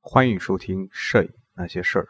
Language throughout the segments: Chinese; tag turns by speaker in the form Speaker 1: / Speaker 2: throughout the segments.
Speaker 1: 欢迎收听《摄影那些事儿》。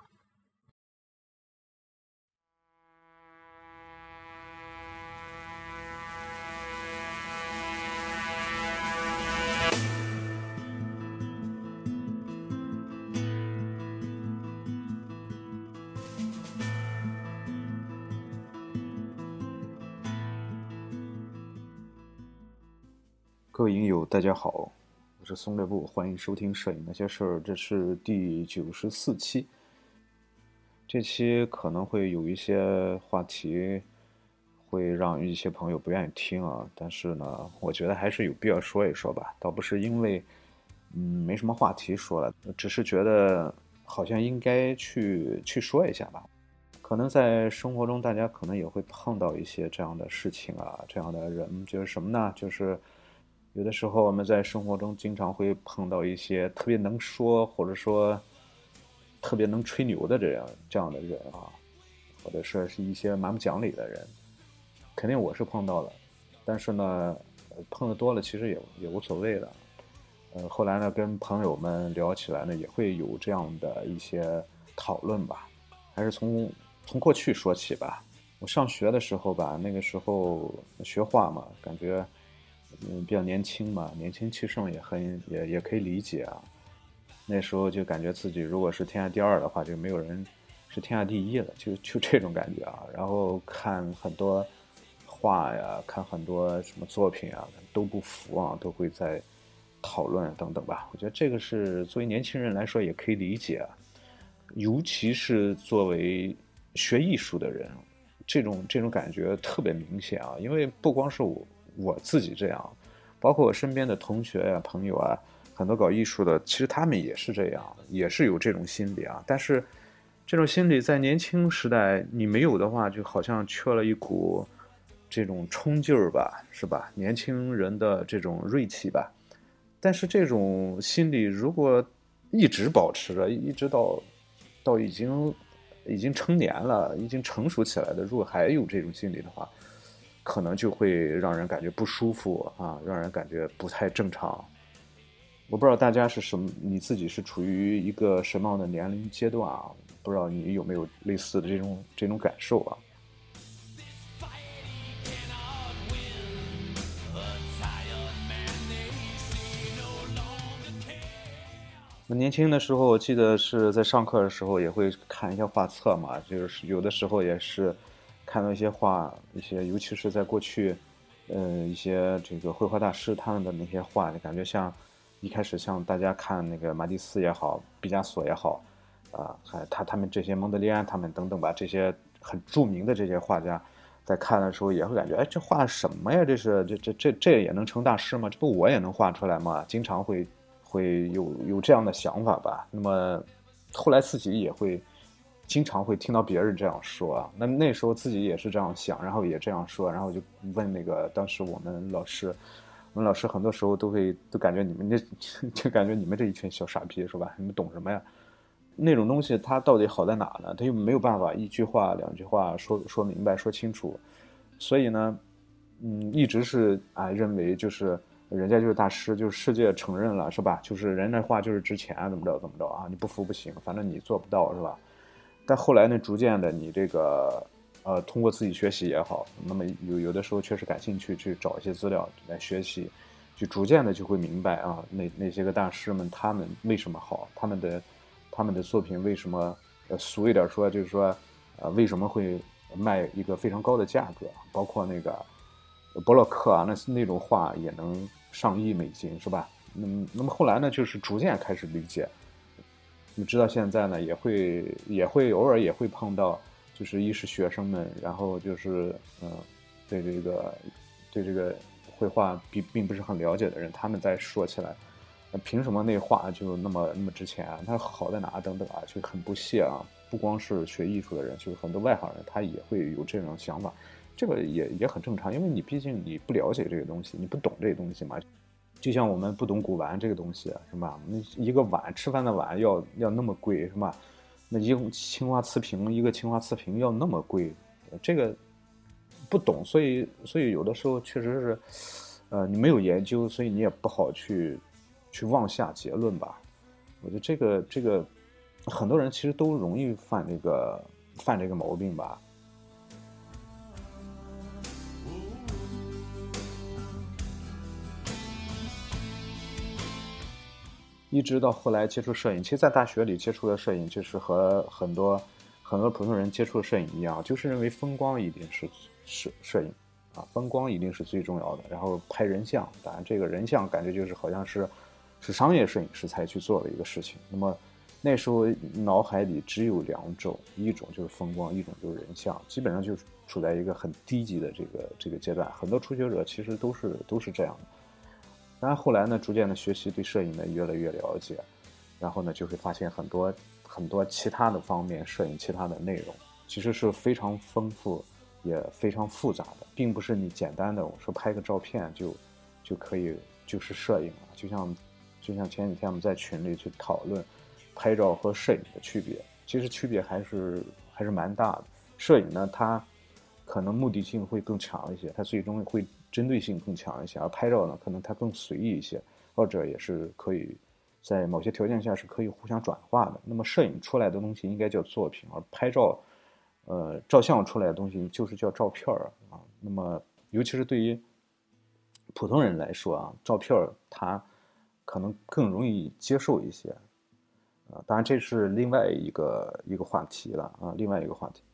Speaker 1: 各位影友，大家好，我是松略部，欢迎收听《摄影那些事儿》，这是第94期。这期可能会有一些话题会让一些朋友不愿意听啊，但是呢，我觉得还是有必要说一说吧。倒不是因为没什么话题说了，只是觉得好像应该去说一下吧。可能在生活中，大家可能也会碰到一些这样的事情啊，这样的人，就是什么呢？就是有的时候我们在生活中经常会碰到一些特别能说，或者说特别能吹牛的这样的人啊，或者说是一些蛮不讲理的人，肯定我是碰到了，但是呢，碰的多了其实也无所谓的。后来呢，跟朋友们聊起来呢，也会有这样的一些讨论吧。还是从过去说起吧。我上学的时候吧，那个时候学画嘛，感觉比较年轻嘛，年轻气盛也可以理解啊。那时候就感觉自己如果是天下第二的话，就没有人是天下第一了，就这种感觉啊。然后看很多画呀，看很多什么作品啊，都不服啊，都会在讨论等等吧。我觉得这个是作为年轻人来说也可以理解啊，尤其是作为学艺术的人，这种感觉特别明显啊。因为不光是我自己这样，包括我身边的同学呀、朋友啊，很多搞艺术的，其实他们也是这样，也是有这种心理啊。但是这种心理在年轻时代你没有的话，就好像缺了一股这种冲劲儿吧，是吧？年轻人的这种锐气吧。但是这种心理如果一直保持着，一直到已经成年了，已经成熟起来的，如果还有这种心理的话，可能就会让人感觉不舒服啊，让人感觉不太正常。我不知道大家是什么，你自己是处于一个什么样的年龄阶段啊？不知道你有没有类似的这种感受啊？我年轻的时候，我记得是在上课的时候也会看一些画册嘛，就是有的时候也是看到一些画，一些尤其是在过去，一些这个绘画大师他们的那些画，就感觉像一开始像大家看那个马蒂斯也好，毕加索也好，还他们这些蒙德里安他们等等吧，这些很著名的这些画家，在看的时候也会感觉，哎，这画什么呀？这也能成大师吗？这不我也能画出来吗？经常会有这样的想法吧。那么后来自己也会经常会听到别人这样说啊，那时候自己也是这样想，然后也这样说，然后就问那个当时我们老师。我们老师很多时候都感觉你们就感觉你们这一群小傻逼是吧？你们懂什么呀？那种东西它到底好在哪呢？它又没有办法一句话两句话说明白说清楚，所以呢，一直是认为就是人家就是大师，就是世界承认了是吧？就是人家话就是值钱，怎么着啊？你不服不行，反正你做不到是吧？但后来呢，逐渐的你这个通过自己学习也好，那么有的时候确实感兴趣去找一些资料来学习，就逐渐的就会明白啊，那些个大师们他们为什么好，他们的作品为什么俗一点说就是说为什么会卖一个非常高的价格，包括那个博洛克啊，那种画也能上亿美金是吧？那么后来呢，就是逐渐开始理解。你知道现在呢，也会偶尔也会碰到，就是一是学生们，然后就是对这个绘画并不是很了解的人，他们在说起来，凭什么那画就那么值钱啊？它好在哪等等啊，就很不屑啊。不光是学艺术的人，就是很多外行人，他也会有这种想法，这个也很正常，因为你毕竟你不了解这个东西，你不懂这个东西嘛。就像我们不懂古玩这个东西是吧？那一个碗吃饭的碗要那么贵是吧？那一个青花瓷瓶要那么贵，这个不懂，所以有的时候确实是，你没有研究，所以你也不好去妄下结论吧。 我觉得这个很多人其实都容易犯这个毛病吧。一直到后来接触摄影，其实在大学里接触的摄影，就是和很多普通人接触的摄影一样，就是认为风光一定是摄影啊，风光一定是最重要的。然后拍人像，当然这个人像感觉就是好像是商业摄影师才去做的一个事情。那么那时候脑海里只有两种，一种就是风光，一种就是人像，基本上就是处在一个很低级的这个阶段。很多初学者其实都是这样的。当然后来呢，逐渐的学习，对摄影呢越来越了解，然后呢就会发现很多其他的方面，摄影其他的内容其实是非常丰富也非常复杂的，并不是你简单的我说拍个照片就可以就是摄影了。就像前几天我们在群里去讨论拍照和摄影的区别，其实区别还是蛮大的。摄影呢，它可能目的性会更强一些，它最终会针对性更强一些，而拍照呢，可能它更随意一些，或者也是可以在某些条件下是可以互相转化的。那么摄影出来的东西应该叫作品，而拍照，照相出来的东西就是叫照片啊。那么尤其是对于普通人来说啊，照片它可能更容易接受一些。当然这是另外一个话题了啊，另外一个话题。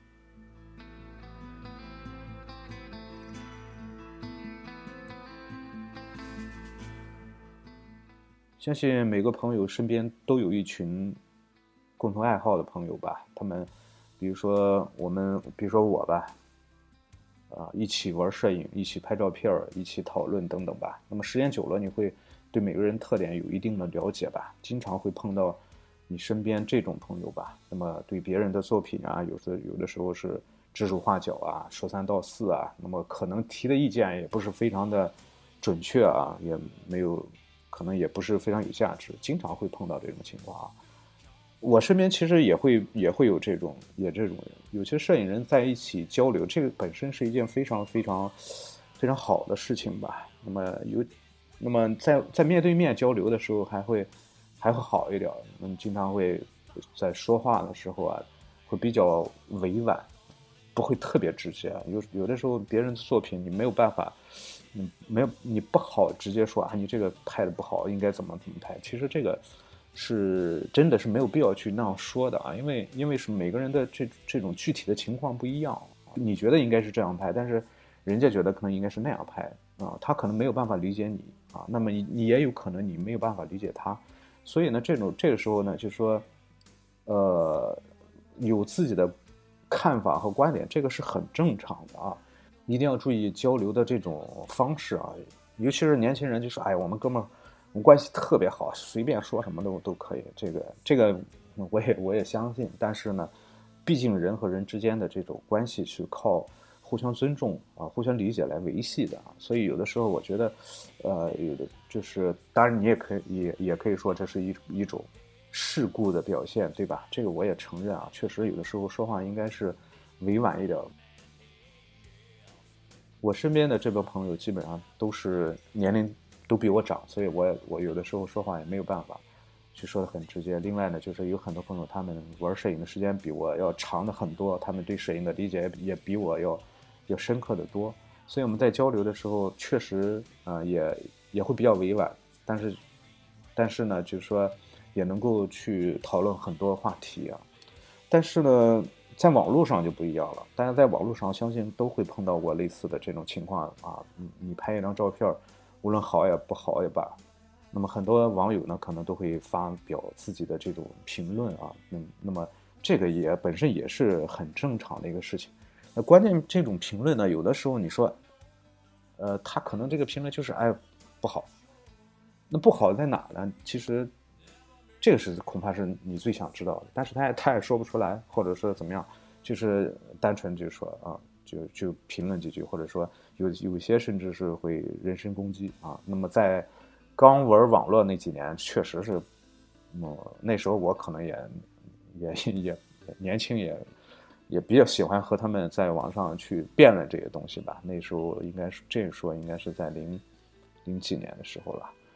Speaker 1: 相信每个朋友身边都有一群共同爱好的朋友吧，他们，比如说我吧，一起玩摄影，一起拍照片，一起讨论等等吧。那么时间久了，你会对每个人特点有一定的了解吧，经常会碰到你身边这种朋友吧。那么对别人的作品啊，有的时候是指手画脚啊，说三道四啊，那么可能提的意见也不是非常的准确啊，也没有，可能也不是非常有价值，经常会碰到这种情况啊。我身边其实也会有这种人，有些摄影人在一起交流，这个本身是一件非常好的事情吧。那么在面对面交流的时候还会好一点，经常会在说话的时候啊，会比较委婉，不会特别直接。有的时候别人的作品你没有办法，你不好直接说啊，你这个拍的不好，应该怎么拍。其实这个是真的是没有必要去那样说的啊，因为是每个人的这种具体的情况不一样，你觉得应该是这样拍，但是人家觉得可能应该是那样拍啊，他可能没有办法理解你啊，那么你也有可能你没有办法理解他，所以呢，这个时候呢，就是说，有自己的看法和观点，这个是很正常的啊，一定要注意交流的这种方式啊，尤其是年轻人就说，哎，我们哥们儿。我们关系特别好，随便说什么都可以。这个我也相信，但是呢，毕竟人和人之间的这种关系是靠互相尊重啊、互相理解来维系的啊。所以有的时候我觉得，有的就是，当然你也可以说这是一种世故的表现，对吧？这个我也承认啊，确实有的时候说话应该是委婉一点。我身边的这帮朋友基本上都是年龄都比我长，所以我有的时候说话也没有办法去说的很直接。另外呢，就是有很多朋友他们玩摄影的时间比我要长的很多，他们对摄影的理解也比我要深刻的多，所以我们在交流的时候确实也会比较委婉，但是呢，就是说也能够去讨论很多话题啊。但是呢，在网络上就不一样了。大家在网络上相信都会碰到过类似的这种情况啊。你拍一张照片，无论好也不好也罢，那么很多网友呢可能都会发表自己的这种评论啊。那么这个本身也是很正常的一个事情。那关键这种评论呢，有的时候你说，他可能这个评论就是哎不好，那不好在哪呢？其实这个是恐怕是你最想知道的，但是他也说不出来，或者说怎么样，就是单纯就说啊，就评论几句，或者说有些甚至是会人身攻击啊。那么在刚玩网络那几年，确实是，那时候我可能也年轻，也比较喜欢和他们在网上去辩论这些东西吧。那时候应该是这个说应该是在零几年的时候了。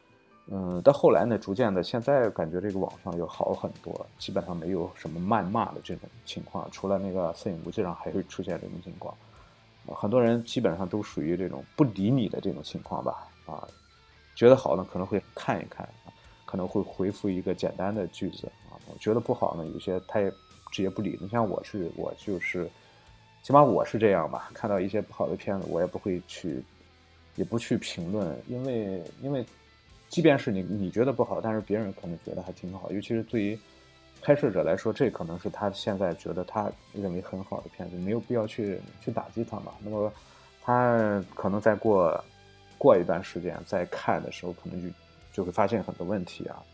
Speaker 1: 到后来呢，逐渐的，现在感觉这个网上又好很多，基本上没有什么谩骂的这种情况，除了那个摄影部经常还会出现这种情况，很多人基本上都属于这种不理你的这种情况吧，觉得好呢可能会看一看，可能会回复一个简单的句子觉得不好呢，有些他也直接不理。你像我就是，起码我是这样吧，看到一些不好的片子，我也不会去，也不去评论，因为即便是你觉得不好，但是别人可能觉得还挺好，尤其是对于拍摄者来说，这可能是他现在觉得他认为很好的片子，没有必要去打击他嘛。那么他可能再过一段时间再看的时候，可能就会发现很多问题啊。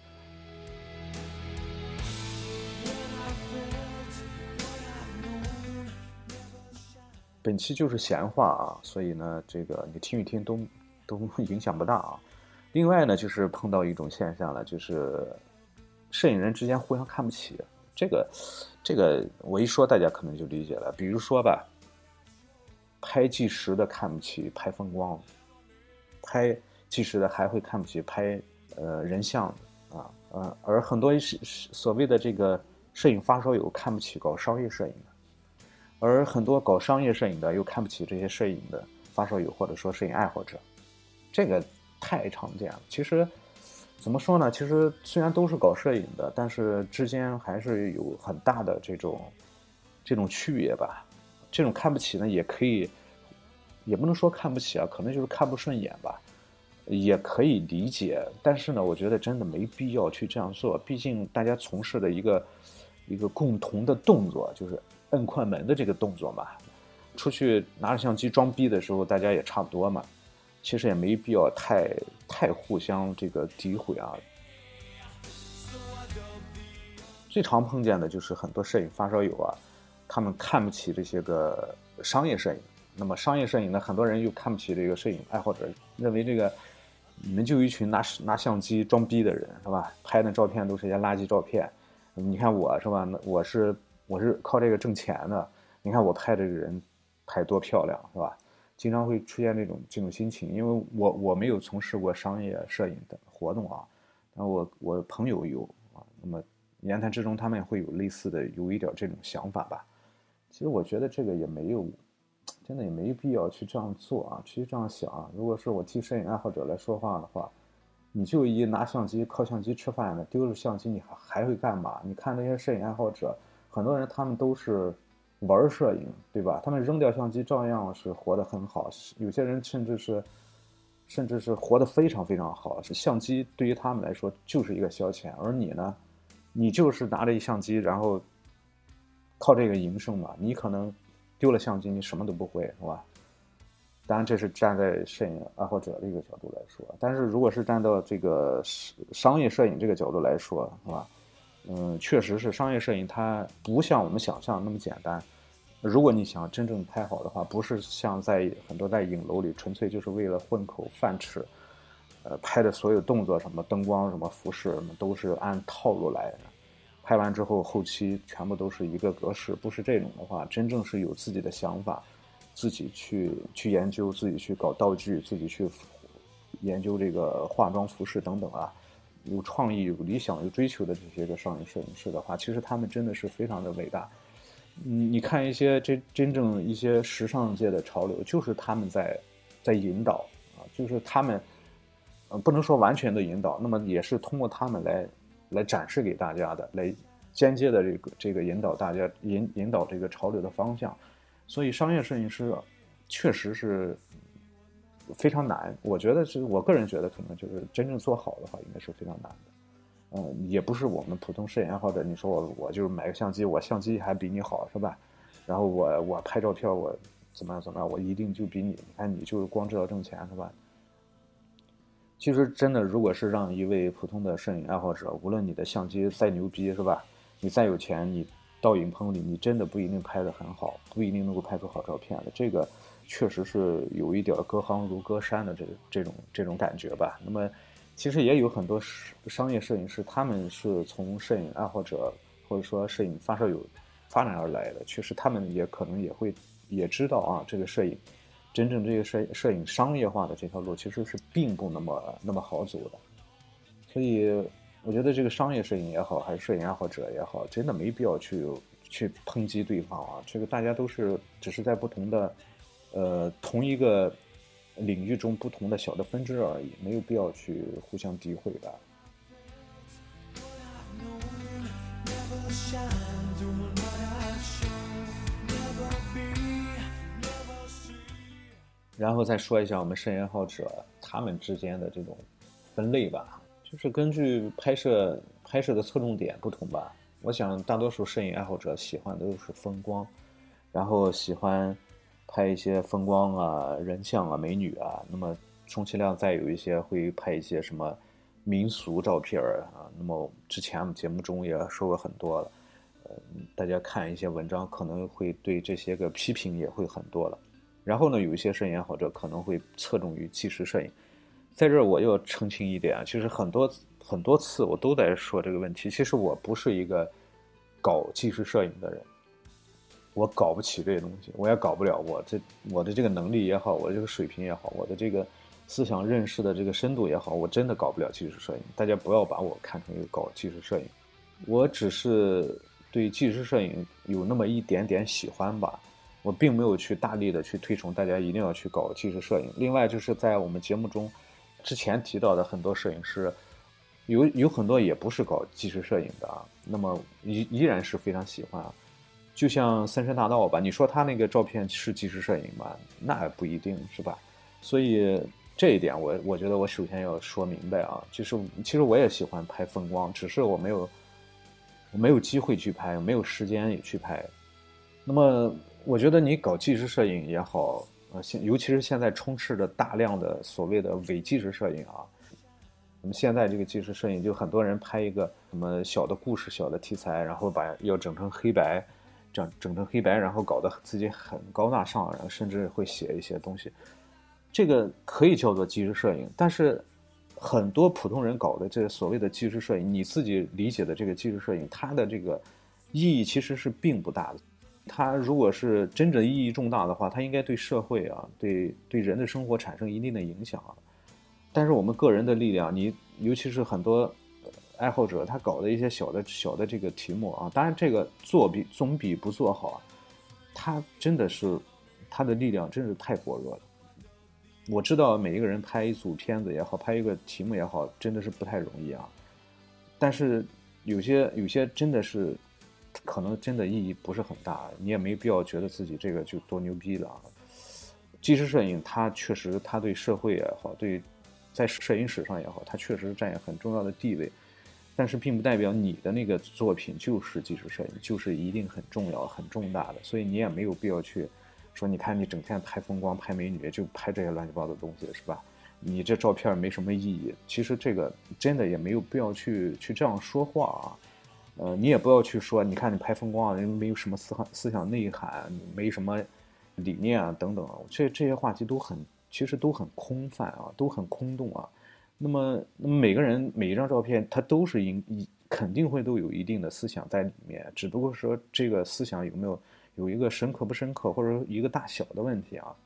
Speaker 1: 本期就是闲话啊，所以呢，这个你听一听都影响不大啊。另外呢，就是碰到一种现象了，就是摄影人之间互相看不起。这个我一说大家可能就理解了。比如说吧，拍纪实的看不起拍风光，拍纪实的还会看不起拍人像而很多所谓的这个摄影发烧友看不起搞商业摄影的。而很多搞商业摄影的又看不起这些摄影的发烧友或者说摄影爱好者，这个太常见了。其实怎么说呢？其实虽然都是搞摄影的，但是之间还是有很大的这种区别吧。这种看不起呢，也可以，也不能说看不起啊，可能就是看不顺眼吧，也可以理解。但是呢，我觉得真的没必要去这样做，毕竟大家从事的一个共同的动作，就是摁快门的这个动作嘛。出去拿着相机装逼的时候，大家也差不多嘛。其实也没必要太互相这个诋毁啊。最常碰见的就是很多摄影发烧友啊，他们看不起这些个商业摄影。那么商业摄影呢，很多人又看不起这个摄影爱好者，认为这个你们就一群拿相机装逼的人是吧？拍的照片都是些垃圾照片。你看我是吧？我是靠这个挣钱的。你看我拍这个人拍多漂亮是吧？经常会出现这种心情，因为我没有从事过商业摄影的活动啊，但我朋友有啊，那么言谈之中他们也会有类似的有一点这种想法吧。其实我觉得这个也没有，真的也没必要去这样做啊，去这样想啊。如果是我替摄影爱好者来说话的话，你就拿相机靠相机吃饭呢，丢了相机你还会干嘛？你看那些摄影爱好者，很多人他们都是玩摄影，对吧？他们扔掉相机照样是活得很好，有些人甚至是活得非常非常好。相机对于他们来说就是一个消遣，而你呢，你就是拿着一相机，然后靠这个营生嘛。你可能丢了相机，你什么都不会，是吧？当然，这是站在摄影爱好者的一个角度来说，但是如果是站到这个商业摄影这个角度来说，是吧？确实是商业摄影，它不像我们想象那么简单。如果你想真正拍好的话，不是像很多在影楼里纯粹就是为了混口饭吃，拍的所有动作什么灯光什么服饰什么都是按套路来的，拍完之后后期全部都是一个格式，不是这种的话，真正是有自己的想法，自己去研究，自己去搞道具，自己去研究这个化妆服饰等等啊。有创意、有理想、有追求的这些个商业摄影师的话，其实他们真的是非常的伟大。你看一些真正一些时尚界的潮流，就是他们在引导啊，就是他们不能说完全的引导，那么也是通过他们来展示给大家的，来间接的这个引导大家引导这个潮流的方向。所以商业摄影师确实是非常难，我觉得是我个人觉得可能就是真正做好的话，应该是非常难的。也不是我们普通摄影爱好者，你说我就是买个相机，我相机还比你好是吧？然后我拍照片我怎么样，我一定就比你看你就是光知道挣钱是吧？其实真的，如果是让一位普通的摄影爱好者，无论你的相机再牛逼是吧？你再有钱，你到影棚里，你真的不一定拍得很好，不一定能够拍出好照片的。这个确实是有一点隔行如隔山的这种感觉吧。那么，其实也有很多商业摄影师，他们是从摄影爱好者或者说摄影发烧友发展而来的。确实，他们也可能也知道啊，这个摄影真正这个摄影商业化的这条路其实是并不那么好走的。 所以我觉得这个商业摄影也好，还是摄影爱好者也好，真的没必要去抨击对方啊。这个大家都是只是在不同的同一个领域中不同的小的分支而已，没有必要去互相诋毁吧。然后再说一下我们摄影爱好者他们之间的这种分类吧，就是根据拍摄的侧重点不同吧。我想大多数摄影爱好者喜欢的都是风光，然后喜欢拍一些风光啊、人像啊、美女啊，那么充其量再有一些会拍一些什么民俗照片啊。那么之前我们节目中也说过很多了，大家看一些文章可能会对这些个批评也会很多了。然后呢，有一些摄影爱好者可能会侧重于纪实摄影。在这儿我又要澄清一点啊，其实很多次我都在说这个问题。其实我不是一个搞纪实摄影的人，我搞不起这些东西，我也搞不了。我的这个能力也好，我的这个水平也好，我的这个思想认识的这个深度也好，我真的搞不了纪实摄影。大家不要把我看成一个搞纪实摄影，我只是对纪实摄影有那么一点点喜欢吧。我并没有去大力的去推崇大家一定要去搞纪实摄影。另外就是在我们节目中之前提到的很多摄影师，有很多也不是搞纪实摄影的啊，那么依然是非常喜欢啊。就像森山大道吧，你说他那个照片是纪实摄影吗？那不一定是吧？所以这一点我觉得我首先要说明白啊，就是其实我也喜欢拍风光，只是我没有机会去拍，没有时间也去拍。那么我觉得你搞纪实摄影也好，尤其是现在充斥着大量的所谓的伪纪实摄影啊。那么现在这个纪实摄影就很多人拍一个什么小的故事、小的题材，然后要整成黑白，整成黑白，然后搞得自己很高大上，然后甚至会写一些东西。这个可以叫做纪实摄影，但是很多普通人搞的这所谓的纪实摄影，你自己理解的这个纪实摄影，它的这个意义其实是并不大的。它如果是真正意义重大的话，它应该对社会啊，对人的生活产生一定的影响啊。但是我们个人的力量，你尤其是很多爱好者，他搞的一些小的这个题目啊，当然这个总比不做好啊，他真的是他的力量真是太薄弱了。我知道每一个人拍一组片子也好，拍一个题目也好，真的是不太容易啊。但是有些真的是可能真的意义不是很大，你也没必要觉得自己这个就多牛逼了啊。纪实摄影它确实它对社会也好，在摄影史上也好，它确实占有很重要的地位，但是并不代表你的那个作品就是纪实摄影，就是一定很重要很重大的。所以你也没有必要去说你看你整天拍风光拍美女就拍这些乱七八糟的东西，是吧？你这照片没什么意义。其实这个真的也没有必要去这样说话啊。你也不要去说你看你拍风光没有什么思想内涵，没什么理念啊等等，这些话题其实都很空泛啊，都很空洞啊。那么每个人每一张照片它都是肯定会都有一定的思想在里面，只不过说这个思想有一个深刻不深刻，或者一个大小的问题啊。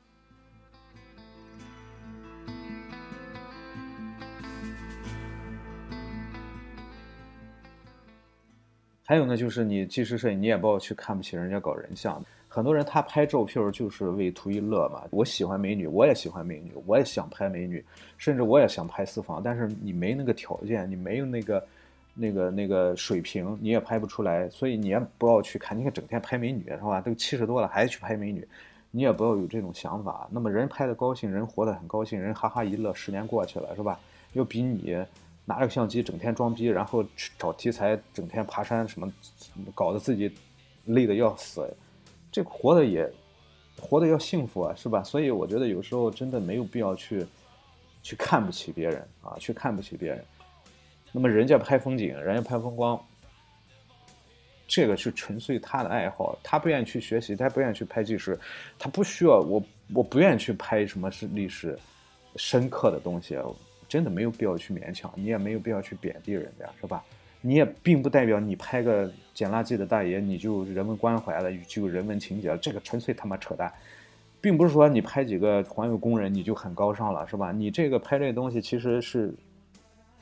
Speaker 1: 还有呢，就是你纪实摄影，你也不要去看不起人家搞人像。很多人他拍照片就是为图一乐嘛。我喜欢美女，我也喜欢美女，我也想拍美女，甚至我也想拍私房。但是你没那个条件，你没有那个水平，你也拍不出来。所以你也不要去看，你看整天拍美女是吧？都70多了还去拍美女，你也不要有这种想法。那么人拍的高兴，人活得很高兴，人哈哈一乐，10年过去了是吧？又比你拿着相机整天装逼，然后去找题材，整天爬山什么，搞得自己累得要死，这活得要幸福啊，是吧？所以我觉得有时候真的没有必要去看不起别人啊，去看不起别人。那么人家拍风景，人家拍风光，这个是纯粹他的爱好，他不愿意去学习，他不愿意去拍纪实，他不需要我不愿意去拍什么是历史深刻的东西，真的没有必要去勉强，你也没有必要去贬低人家，是吧？你也并不代表你拍个捡垃圾的大爷你就人文关怀了，就有人文情节了，这个纯粹他妈扯淡。并不是说你拍几个环卫工人你就很高尚了，是吧？你这个拍这个东西其实是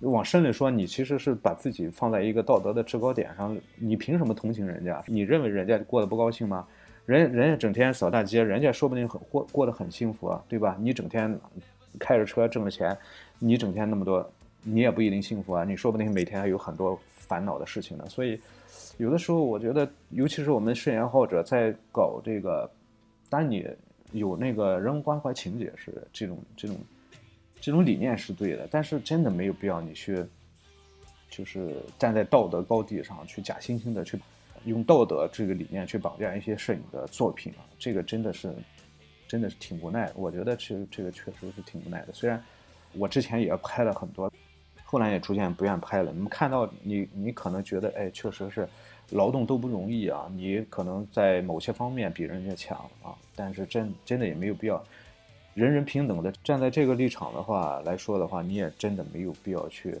Speaker 1: 往深里说，你其实是把自己放在一个道德的制高点上，你凭什么同情人家？你认为人家过得不高兴吗？人家整天扫大街，人家说不定过得很幸福啊，对吧？你整天开着车挣了钱，你整天那么多，你也不一定幸福啊，你说不定每天还有很多烦恼的事情呢。所以有的时候我觉得，尤其是我们摄影爱好者在搞这个，当然你有那个人文关怀情节是这种理念是对的，但是真的没有必要你去，就是站在道德高地上去假惺惺的去用道德这个理念去绑架一些摄影的作品啊，这个真的是挺无奈的。我觉得这个确实是挺无奈的。虽然我之前也拍了很多，后来也逐渐不愿拍了。你们看到你可能觉得，哎，确实是劳动都不容易啊，你可能在某些方面比人家强啊，但是真的也没有必要。人人平等的站在这个立场的话来说的话，你也真的没有必要去，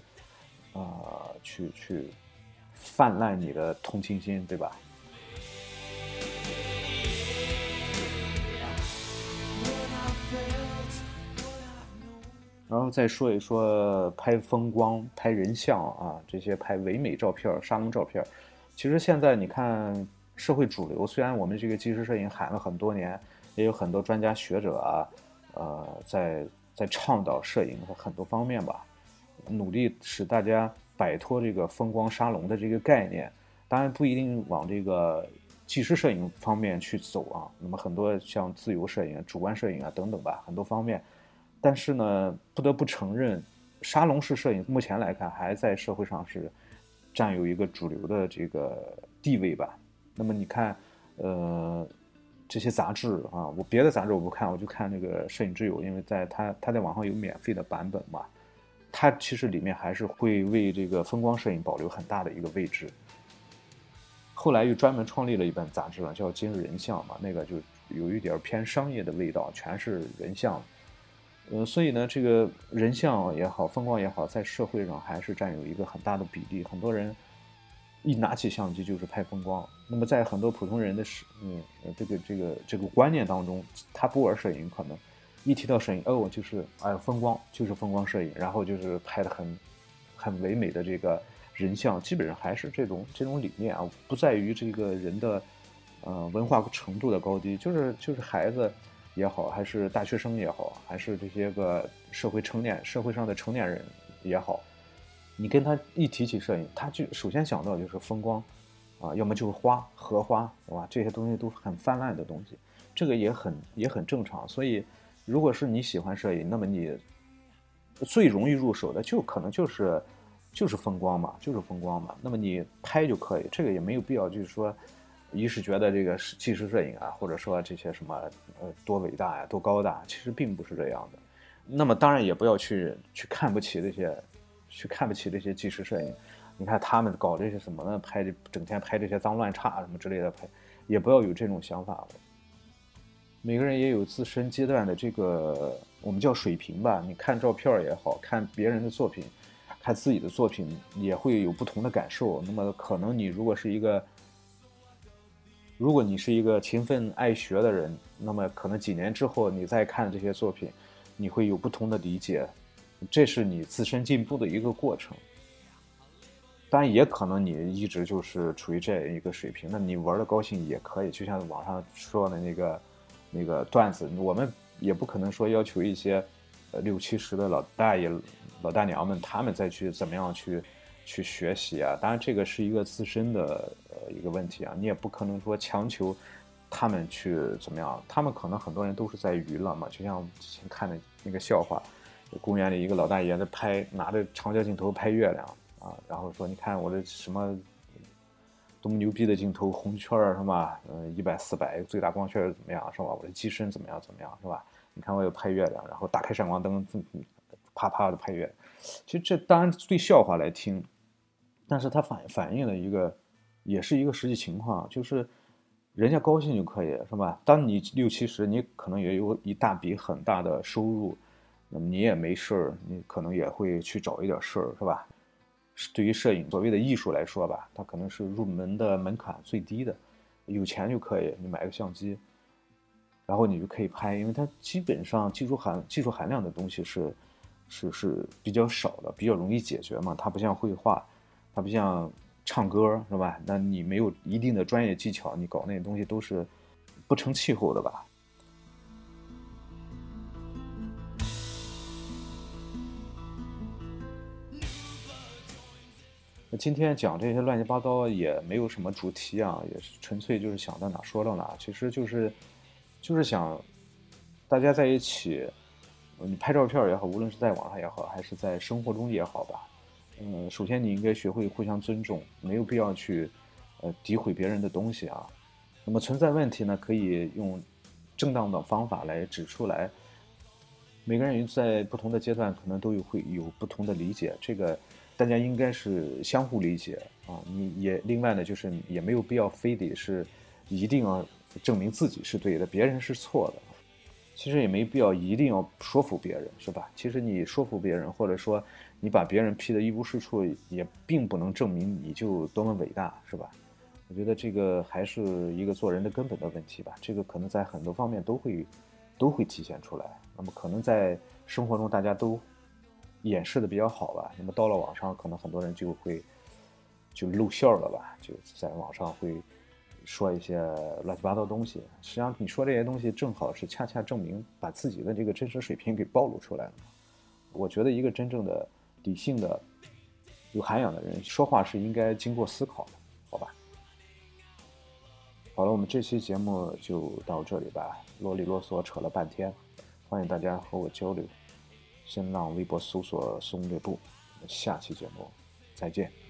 Speaker 1: 去泛滥你的同情心，对吧？然后再说一说拍风光、拍人像啊，这些拍唯美照片、沙龙照片。其实现在你看，社会主流，虽然我们这个纪实摄影喊了很多年，也有很多专家学者啊，在倡导摄影的很多方面吧，努力使大家摆脱这个风光沙龙的这个概念。当然不一定往这个纪实摄影方面去走啊，那么很多像自由摄影、主观摄影啊等等吧，很多方面。但是呢，不得不承认，沙龙式摄影目前来看还在社会上是占有一个主流的这个地位吧。那么你看，这些杂志啊，我别的杂志我不看，我就看那个《摄影之友》，因为它在网上有免费的版本嘛，它其实里面还是会为这个风光摄影保留很大的一个位置。后来又专门创立了一本杂志了，叫《今日人像》嘛，那个就有一点偏商业的味道，全是人像。所以呢，这个人像也好，风光也好，在社会上还是占有一个很大的比例。很多人一拿起相机就是拍风光。那么在很多普通人的这个观念当中，他不玩摄影，可能一提到摄影，哦，就是风光，就是风光摄影，然后就是拍的很唯美的这个人像，基本上还是这种理念啊，不在于这个人的文化程度的高低，就是孩子也好，还是大学生也好，还是这些个社会上的成年人也好，你跟他一提起摄影，他就首先想到就是风光啊，要么就是花、荷花，对吧？这些东西都很泛滥的东西，这个也很正常。所以，如果是你喜欢摄影，那么你最容易入手的可能就是风光嘛，就是风光嘛。那么你拍就可以，这个也没有必要，就是说，一是觉得这个纪实摄影啊，或者说这些什么多伟大呀、多高大，其实并不是这样的。那么当然也不要去看不起这些纪实摄影。你看他们搞这些什么呢？整天拍这些脏乱差什么之类的拍，也不要有这种想法。每个人也有自身阶段的这个我们叫水平吧。你看照片也好看别人的作品，看自己的作品也会有不同的感受。那么可能你如果你是一个勤奋爱学的人，那么可能几年之后你再看这些作品，你会有不同的理解，这是你自身进步的一个过程。当然也可能你一直就是处于这一个水平，那你玩的高兴也可以，就像网上说的那个段子，我们也不可能说要求一些六七十的老大爷老大娘们他们再去怎么样去学习啊。当然这个是一个自身的一个问题啊，你也不可能说强求他们去怎么样，他们可能很多人都是在娱乐嘛。就像之前看的那个笑话，公园里一个老大爷在拿着长焦镜头拍月亮啊，然后说你看我的什么多么牛逼的镜头，红圈是吧？100、400，最大光圈怎么样是吧？我的机身怎么样是吧？你看我有拍月亮，然后打开闪光灯，啪啪的拍月亮。其实这当然对笑话来听，但是它反映了也是一个实际情况，就是人家高兴就可以是吧？当你六七十，你可能也有一大笔很大的收入，那么你也没事儿，你可能也会去找一点事儿是吧？对于摄影所谓的艺术来说吧，它可能是入门的门槛最低的，有钱就可以，你买个相机，然后你就可以拍，因为它基本上技术含量的东西是比较少的，比较容易解决嘛。它不像绘画，它不像唱歌，是吧？那你没有一定的专业技巧，你搞那些东西都是不成气候的吧。那今天讲这些乱七八糟也没有什么主题啊，也是纯粹就是想到哪说到哪，其实就是想大家在一起，你拍照片也好，无论是在网上也好，还是在生活中也好吧，首先你应该学会互相尊重，没有必要去诋毁别人的东西啊。那么存在问题呢，可以用正当的方法来指出来。每个人在不同的阶段可能会有不同的理解，这个大家应该是相互理解啊。你也另外呢，就是也没有必要非得是一定要证明自己是对的，别人是错的。其实也没必要一定要说服别人，是吧？其实你说服别人，或者说你把别人批得一无是处，也并不能证明你就多么伟大，是吧？我觉得这个还是一个做人的根本的问题吧。这个可能在很多方面都会体现出来。那么可能在生活中大家都掩饰的比较好吧，那么到了网上，可能很多人就露馅了吧，就在网上会说一些乱七八糟的东西。实际上你说这些东西正好是恰恰证明把自己的这个真实水平给暴露出来了。我觉得一个真正的理性的有涵养的人说话是应该经过思考的，好吧？好了，我们这期节目就到这里吧，啰里啰嗦扯了半天，欢迎大家和我交流。新浪微博搜索松略部，下期节目再见。